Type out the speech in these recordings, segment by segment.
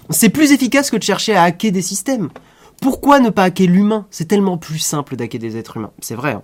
C'est plus efficace que de chercher à hacker des systèmes. Pourquoi ne pas hacker l'humain? C'est tellement plus simple d'hacker des êtres humains. C'est vrai, hein.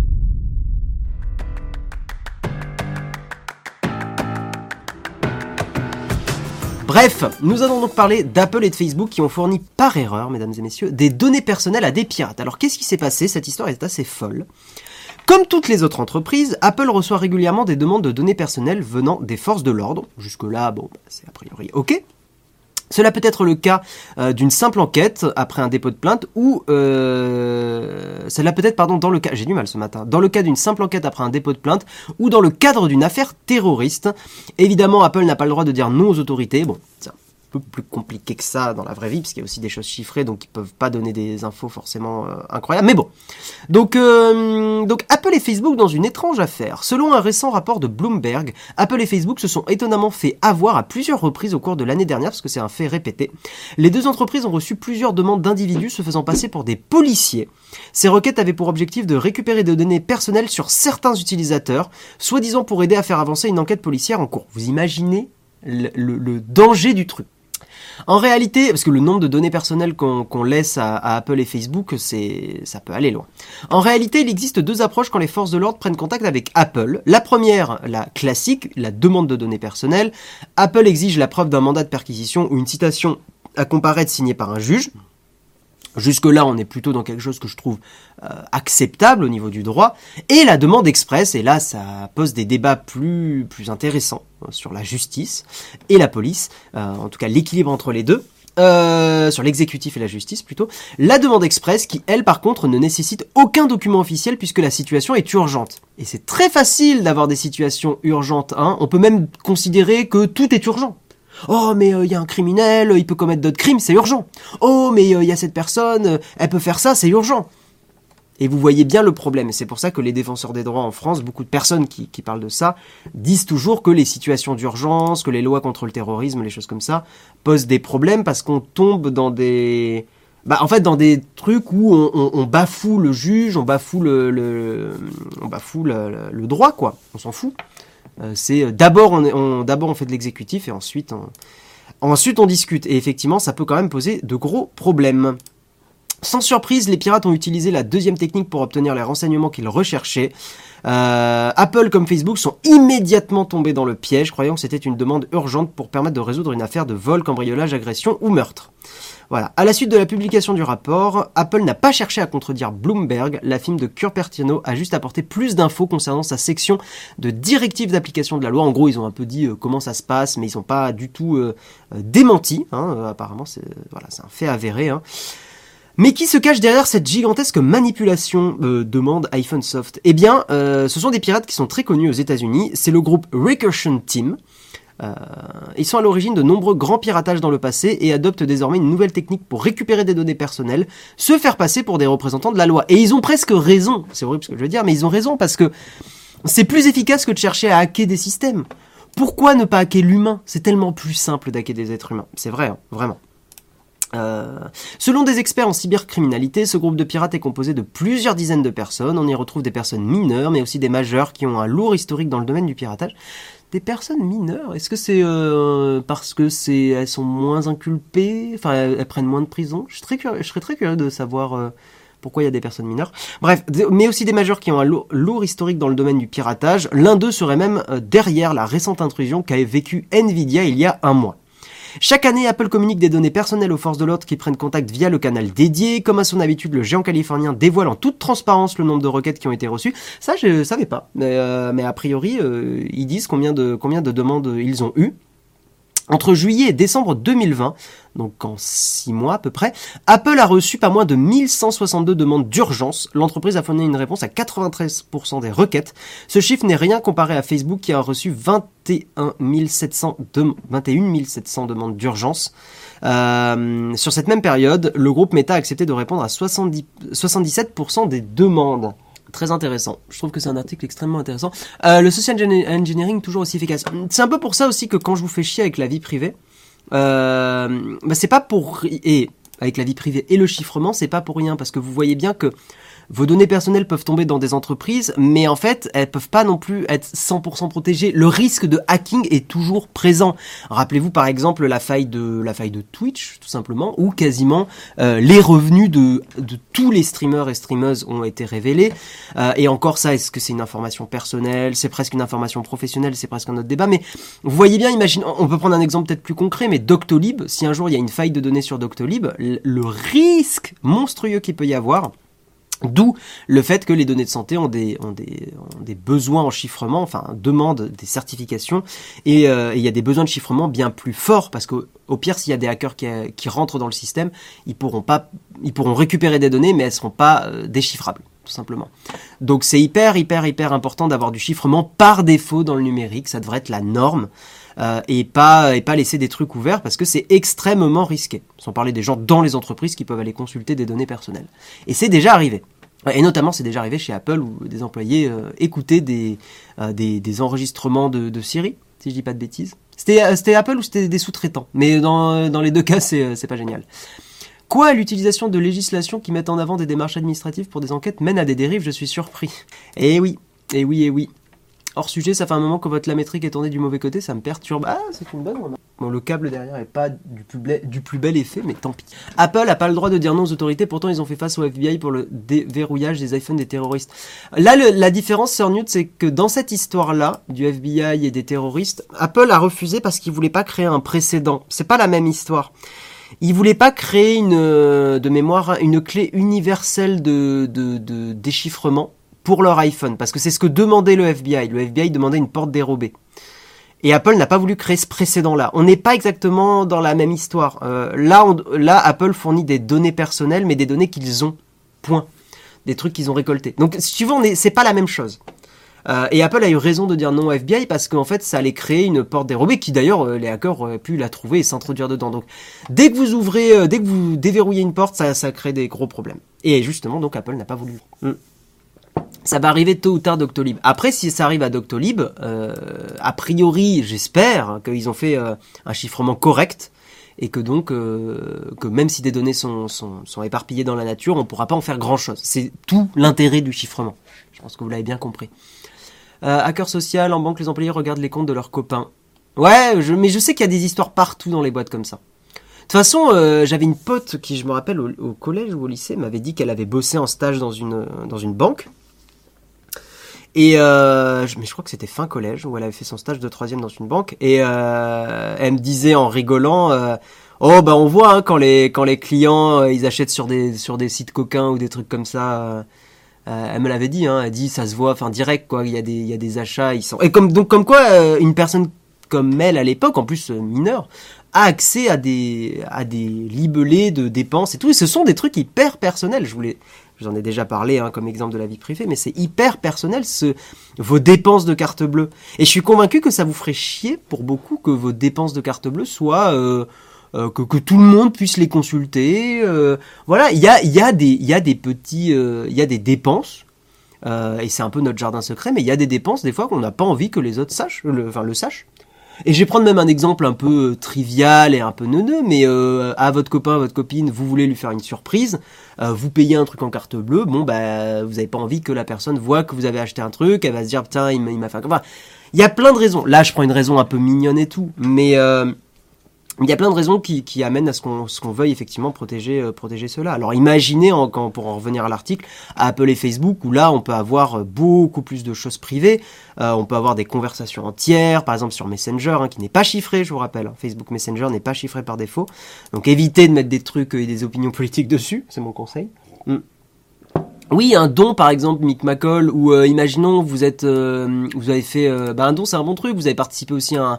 Bref, nous allons donc parler d'Apple et de Facebook qui ont fourni par erreur, mesdames et messieurs, des données personnelles à des pirates. Alors qu'est-ce qui s'est passé? Cette histoire est assez folle. Comme toutes les autres entreprises, Apple reçoit régulièrement des demandes de données personnelles venant des forces de l'ordre. Jusque-là, bon, c'est a priori ok. Cela peut être le cas d'une simple enquête après un dépôt de plainte ou cela peut être dans le cas, j'ai du mal ce matin, dans le cas d'une simple enquête après un dépôt de plainte ou dans le cadre d'une affaire terroriste. Évidemment, Apple n'a pas le droit de dire non aux autorités. Bon, c'est un peu plus compliqué que ça dans la vraie vie parce qu'il y a aussi des choses chiffrées donc ils peuvent pas donner des infos forcément incroyables. Mais bon, donc Apple et Facebook dans une étrange affaire. Selon un récent rapport de Bloomberg, Apple et Facebook se sont étonnamment fait avoir à plusieurs reprises au cours de l'année dernière parce que c'est un fait répété. Les deux entreprises ont reçu plusieurs demandes d'individus se faisant passer pour des policiers. Ces requêtes avaient pour objectif de récupérer des données personnelles sur certains utilisateurs, soi-disant pour aider à faire avancer une enquête policière en cours. Vous imaginez le danger du truc? En réalité, parce que le nombre de données personnelles qu'on laisse à Apple et Facebook, ça peut aller loin. En réalité, il existe deux approches quand les forces de l'ordre prennent contact avec Apple. La première, la classique, la demande de données personnelles. Apple exige la preuve d'un mandat de perquisition ou une citation à comparaître signée par un juge. Jusque-là, on est plutôt dans quelque chose que je trouve acceptable au niveau du droit. Et la demande express, et là, ça pose des débats plus intéressants sur la justice et la police, en tout cas l'équilibre entre les deux, sur l'exécutif et la justice plutôt. La demande express qui, elle, par contre, ne nécessite aucun document officiel puisque la situation est urgente. Et c'est très facile d'avoir des situations urgentes, hein. On peut même considérer que tout est urgent. Oh, mais y a un criminel, il peut commettre d'autres crimes, c'est urgent. Oh, mais y a cette personne, elle peut faire ça, c'est urgent. Et vous voyez bien le problème. Et c'est pour ça que les défenseurs des droits en France, beaucoup de personnes qui parlent de ça, disent toujours que les situations d'urgence, que les lois contre le terrorisme, les choses comme ça, posent des problèmes parce qu'on tombe dans des... dans des trucs où on bafoue le juge, on bafoue le droit, quoi. On s'en fout. C'est d'abord on fait de l'exécutif et ensuite on discute. Et effectivement, ça peut quand même poser de gros problèmes. Sans surprise, les pirates ont utilisé la deuxième technique pour obtenir les renseignements qu'ils recherchaient. Apple comme Facebook sont immédiatement tombés dans le piège, croyant que c'était une demande urgente pour permettre de résoudre une affaire de vol, cambriolage, agression ou meurtre. Voilà. À la suite de la publication du rapport, Apple n'a pas cherché à contredire Bloomberg. La firme de Cupertino a juste apporté plus d'infos concernant sa section de directive d'application de la loi. En gros, ils ont un peu dit comment ça se passe, mais ils n'ont pas du tout démenti. Apparemment, c'est un fait avéré. Mais qui se cache derrière cette gigantesque manipulation, demande iPhone Soft? Eh bien, ce sont des pirates qui sont très connus aux États-Unis. C'est le groupe Recursion Team. Ils sont à l'origine de nombreux grands piratages dans le passé et adoptent désormais une nouvelle technique pour récupérer des données personnelles, se faire passer pour des représentants de la loi. Et ils ont presque raison, c'est horrible ce que je veux dire, mais ils ont raison parce que c'est plus efficace que de chercher à hacker des systèmes. Pourquoi ne pas hacker l'humain? C'est tellement plus simple d'hacker des êtres humains. C'est vrai, hein, vraiment. Selon des experts en cybercriminalité, ce groupe de pirates est composé de plusieurs dizaines de personnes. On y retrouve des personnes mineures, mais aussi des majeurs qui ont un lourd historique dans le domaine du piratage. Des personnes mineures, est-ce que c'est parce que elles sont moins inculpées, enfin elles prennent moins de prison? Je serais très curieux de savoir pourquoi il y a des personnes mineures. Bref, mais aussi des majeurs qui ont un lourd historique dans le domaine du piratage. L'un d'eux serait même derrière la récente intrusion qu'a vécue Nvidia il y a un mois. Chaque année, Apple communique des données personnelles aux forces de l'ordre qui prennent contact via le canal dédié. Comme à son habitude, le géant californien dévoile en toute transparence le nombre de requêtes qui ont été reçues. Ça, je savais pas. Mais a priori, ils disent combien de demandes ils ont eues. Entre juillet et décembre 2020, donc en 6 mois à peu près, Apple a reçu pas moins de 1162 demandes d'urgence. L'entreprise a fourni une réponse à 93% des requêtes. Ce chiffre n'est rien comparé à Facebook qui a reçu 21 700 demandes d'urgence. Sur cette même période, le groupe Meta a accepté de répondre à 77% des demandes. Très intéressant. Je trouve que c'est un article extrêmement intéressant. Le social engineering toujours aussi efficace. C'est un peu pour ça aussi que quand je vous fais chier avec la vie privée, c'est pas pour... Et avec la vie privée et le chiffrement, c'est pas pour rien. Parce que vous voyez bien que Vos données personnelles peuvent tomber dans des entreprises, mais en fait, elles peuvent pas non plus être 100% protégées. Le risque de hacking est toujours présent. Rappelez-vous par exemple la faille de Twitch, tout simplement, où quasiment les revenus de tous les streamers et streameuses ont été révélés. Et encore ça, est-ce que c'est une information personnelle? C'est presque une information professionnelle, c'est presque un autre débat. Mais vous voyez bien, imagine, on peut prendre un exemple peut-être plus concret, mais Doctolib, si un jour il y a une faille de données sur Doctolib, le risque monstrueux qu'il peut y avoir, d'où le fait que les données de santé ont des besoins en chiffrement, enfin demandent des certifications, et il y a des besoins de chiffrement bien plus forts, parce qu'au pire, s'il y a des hackers qui rentrent dans le système, ils pourront récupérer des données, mais elles seront pas déchiffrables, tout simplement. Donc c'est hyper important d'avoir du chiffrement par défaut dans le numérique, ça devrait être la norme. Et pas laisser des trucs ouverts parce que c'est extrêmement risqué. Sans parler des gens dans les entreprises qui peuvent aller consulter des données personnelles. Et c'est déjà arrivé. Et notamment, c'est déjà arrivé chez Apple où des employés écoutaient des enregistrements de Siri, si je dis pas de bêtises. C'était Apple ou c'était des sous-traitants. Mais dans les deux cas, c'est pas génial. Quoi, l'utilisation de législation qui mettent en avant des démarches administratives pour des enquêtes mène à des dérives, je suis surpris. Eh oui. Hors sujet, ça fait un moment que votre lamétrique est tournée du mauvais côté, ça me perturbe. Ah, c'est une bonne remarque. Bon, le câble derrière est pas du plus bel effet, mais tant pis. Apple a pas le droit de dire non aux autorités, pourtant ils ont fait face au FBI pour le déverrouillage des iPhones des terroristes. Là, la différence, Sir Newt, c'est que dans cette histoire-là, du FBI et des terroristes, Apple a refusé parce qu'il voulait pas créer un précédent. C'est pas la même histoire. Ils voulaient pas créer une clé universelle de déchiffrement pour leur iPhone, parce que c'est ce que demandait le FBI. Le FBI demandait une porte dérobée. Et Apple n'a pas voulu créer ce précédent-là. On n'est pas exactement dans la même histoire. Là, Apple fournit des données personnelles, mais des données qu'ils ont. Point. Des trucs qu'ils ont récoltés. Donc, si tu veux, c'est pas la même chose. Et Apple a eu raison de dire non au FBI parce qu'en fait, ça allait créer une porte dérobée qui d'ailleurs, les hackers auraient pu la trouver et s'introduire dedans. Donc, dès que vous déverrouillez une porte, ça crée des gros problèmes. Et justement, donc, Apple n'a pas voulu. Ça va arriver tôt ou tard Doctolib. Après, si ça arrive à Doctolib, a priori, j'espère qu'ils ont fait un chiffrement correct et que donc, que même si des données sont éparpillées dans la nature, on pourra pas en faire grand-chose. C'est tout l'intérêt du chiffrement. Je pense que vous l'avez bien compris. Hacker social, en banque, les employés regardent les comptes de leurs copains. Ouais, mais je sais qu'il y a des histoires partout dans les boîtes comme ça. De toute façon, j'avais une pote qui, je me rappelle, au collège ou au lycée, m'avait dit qu'elle avait bossé en stage dans une banque. Et mais je crois que c'était fin collège où elle avait fait son stage de 3e dans une banque et elle me disait en rigolant on voit quand les clients ils achètent sur des sites coquins ou des trucs comme ça. Elle me l'avait dit, elle dit ça se voit, enfin direct quoi. Il y a des achats, ils sont et comme quoi une personne comme elle à l'époque, en plus mineure, a accès à des libellés de dépenses et tout. Et ce sont des trucs hyper personnels. J'en ai déjà parlé comme exemple de la vie privée, mais c'est hyper personnel vos dépenses de carte bleue. Et je suis convaincu que ça vous ferait chier pour beaucoup que vos dépenses de carte bleue soient que tout le monde puisse les consulter. Voilà, il y a des dépenses. Et c'est un peu notre jardin secret, mais il y a des dépenses des fois qu'on n'a pas envie que les autres le sachent. Et je vais prendre même un exemple un peu trivial et un peu neuneux, mais à votre copain, à votre copine, vous voulez lui faire une surprise, vous payez un truc en carte bleue, vous avez pas envie que la personne voit que vous avez acheté un truc, elle va se dire putain il m'a fait un... Enfin, il y a plein de raisons. Là je prends une raison un peu mignonne et tout, mais il y a plein de raisons qui amènent à ce qu'on veuille effectivement protéger cela. Alors imaginez, pour en revenir à l'article, à Apple et Facebook, où là on peut avoir beaucoup plus de choses privées, on peut avoir des conversations entières, par exemple sur Messenger, qui n'est pas chiffré, je vous rappelle. Facebook Messenger n'est pas chiffré par défaut, donc évitez de mettre des trucs et des opinions politiques dessus, c'est mon conseil. Oui, un don par exemple, Mick McCall, ou imaginons vous avez fait un don, c'est un bon truc, vous avez participé aussi à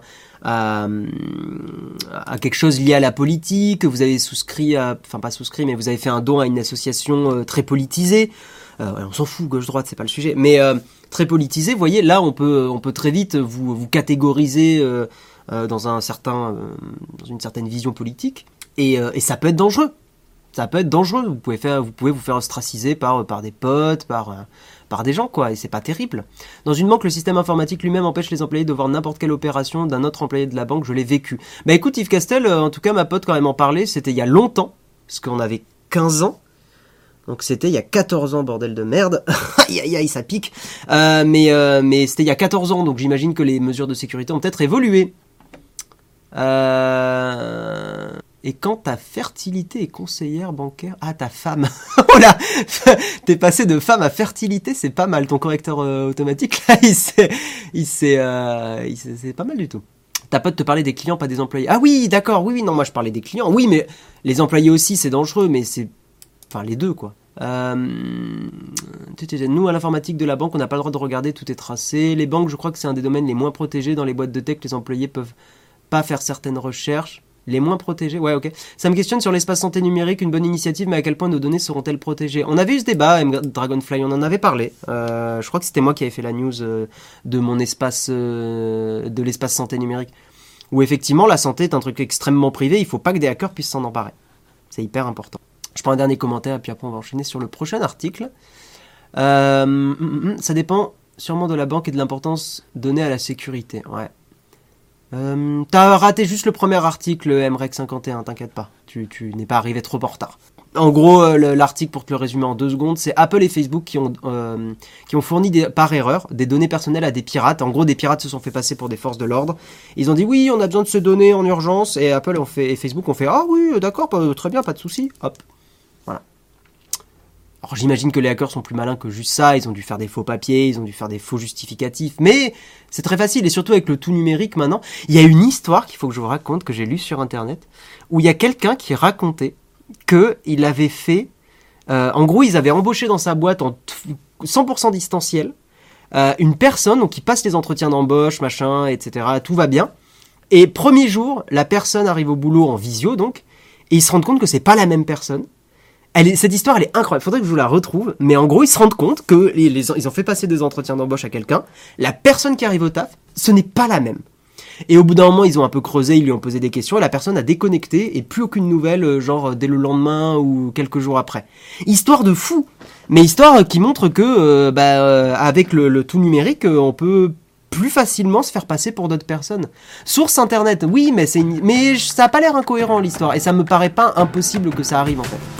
quelque chose lié à la politique, vous avez mais vous avez fait un don à une association très politisée. On s'en fout, gauche-droite, c'est pas le sujet, mais très politisée. Vous voyez, là on peut très vite vous catégoriser dans une certaine vision politique, et ça peut être dangereux. Ça peut être dangereux. Vous pouvez vous faire ostraciser par des potes, par des gens, quoi, et c'est pas terrible. Dans une banque, le système informatique lui-même empêche les employés de voir n'importe quelle opération d'un autre employé de la banque. Je l'ai vécu. Écoute, Yves Castel, en tout cas, ma pote, quand elle m'en parlait, c'était il y a longtemps, parce qu'on avait 15 ans. Donc c'était il y a 14 ans, bordel de merde. Aïe aïe aïe, ça pique. Mais c'était il y a 14 ans, donc j'imagine que les mesures de sécurité ont peut-être évolué. Et quand ta fertilité est conseillère bancaire... Ah, ta femme. Oh là, t'es passé de femme à fertilité, c'est pas mal. Ton correcteur automatique, là, c'est pas mal du tout. Ta pote te parlait des clients, pas des employés. Ah oui, d'accord, oui, non, moi je parlais des clients. Oui, mais les employés aussi, c'est dangereux, mais c'est... Enfin, les deux, quoi. Nous, à l'informatique de la banque, on n'a pas le droit de regarder, tout est tracé. Les banques, je crois que c'est un des domaines les moins protégés. Dans les boîtes de tech, les employés peuvent pas faire certaines recherches. Les moins protégés, ouais, ok. Ça me questionne sur l'espace santé numérique, une bonne initiative, mais à quel point nos données seront-elles protégées? On avait eu ce débat, Dragonfly, on en avait parlé. Je crois que c'était moi qui avais fait la news de mon espace, de l'espace santé numérique, où effectivement la santé est un truc extrêmement privé. Il faut pas que des hackers puissent s'en emparer. C'est hyper important. Je prends un dernier commentaire et puis après on va enchaîner sur le prochain article. Ça dépend sûrement de la banque et de l'importance donnée à la sécurité. Ouais. T'as raté juste le premier article, MREC 51, t'inquiète pas. Tu n'es pas arrivé trop en retard. En gros, l'article, pour te le résumer en 2 secondes, c'est Apple et Facebook qui ont fourni par erreur des données personnelles à des pirates. En gros, des pirates se sont fait passer pour des forces de l'ordre. Ils ont dit oui, on a besoin de ces données en urgence. Et Apple et Facebook ont fait ah oui, d'accord, très bien, pas de souci. Hop. Voilà. Alors j'imagine que les hackers sont plus malins que juste ça, ils ont dû faire des faux papiers, ils ont dû faire des faux justificatifs, mais c'est très facile, et surtout avec le tout numérique maintenant. Il y a une histoire qu'il faut que je vous raconte, que j'ai lue sur internet, où il y a quelqu'un qui racontait qu'il avait fait... en gros, ils avaient embauché dans sa boîte en 100% distanciel une personne donc, qui passe les entretiens d'embauche, machin, etc. Tout va bien. Et premier jour, la personne arrive au boulot en visio, donc, et ils se rendent compte que c'est pas la même personne. Cette histoire, elle est incroyable. Faudrait que je vous la retrouve. Mais en gros, ils se rendent compte que ils ont fait passer des entretiens d'embauche à quelqu'un. La personne qui arrive au taf, ce n'est pas la même. Et au bout d'un moment, ils ont un peu creusé, ils lui ont posé des questions, et la personne a déconnecté, et plus aucune nouvelle, genre dès le lendemain ou quelques jours après. Histoire de fou. Mais histoire qui montre que, avec le tout numérique, on peut plus facilement se faire passer pour d'autres personnes. Source internet, oui, mais ça a pas l'air incohérent l'histoire, et ça me paraît pas impossible que ça arrive en fait.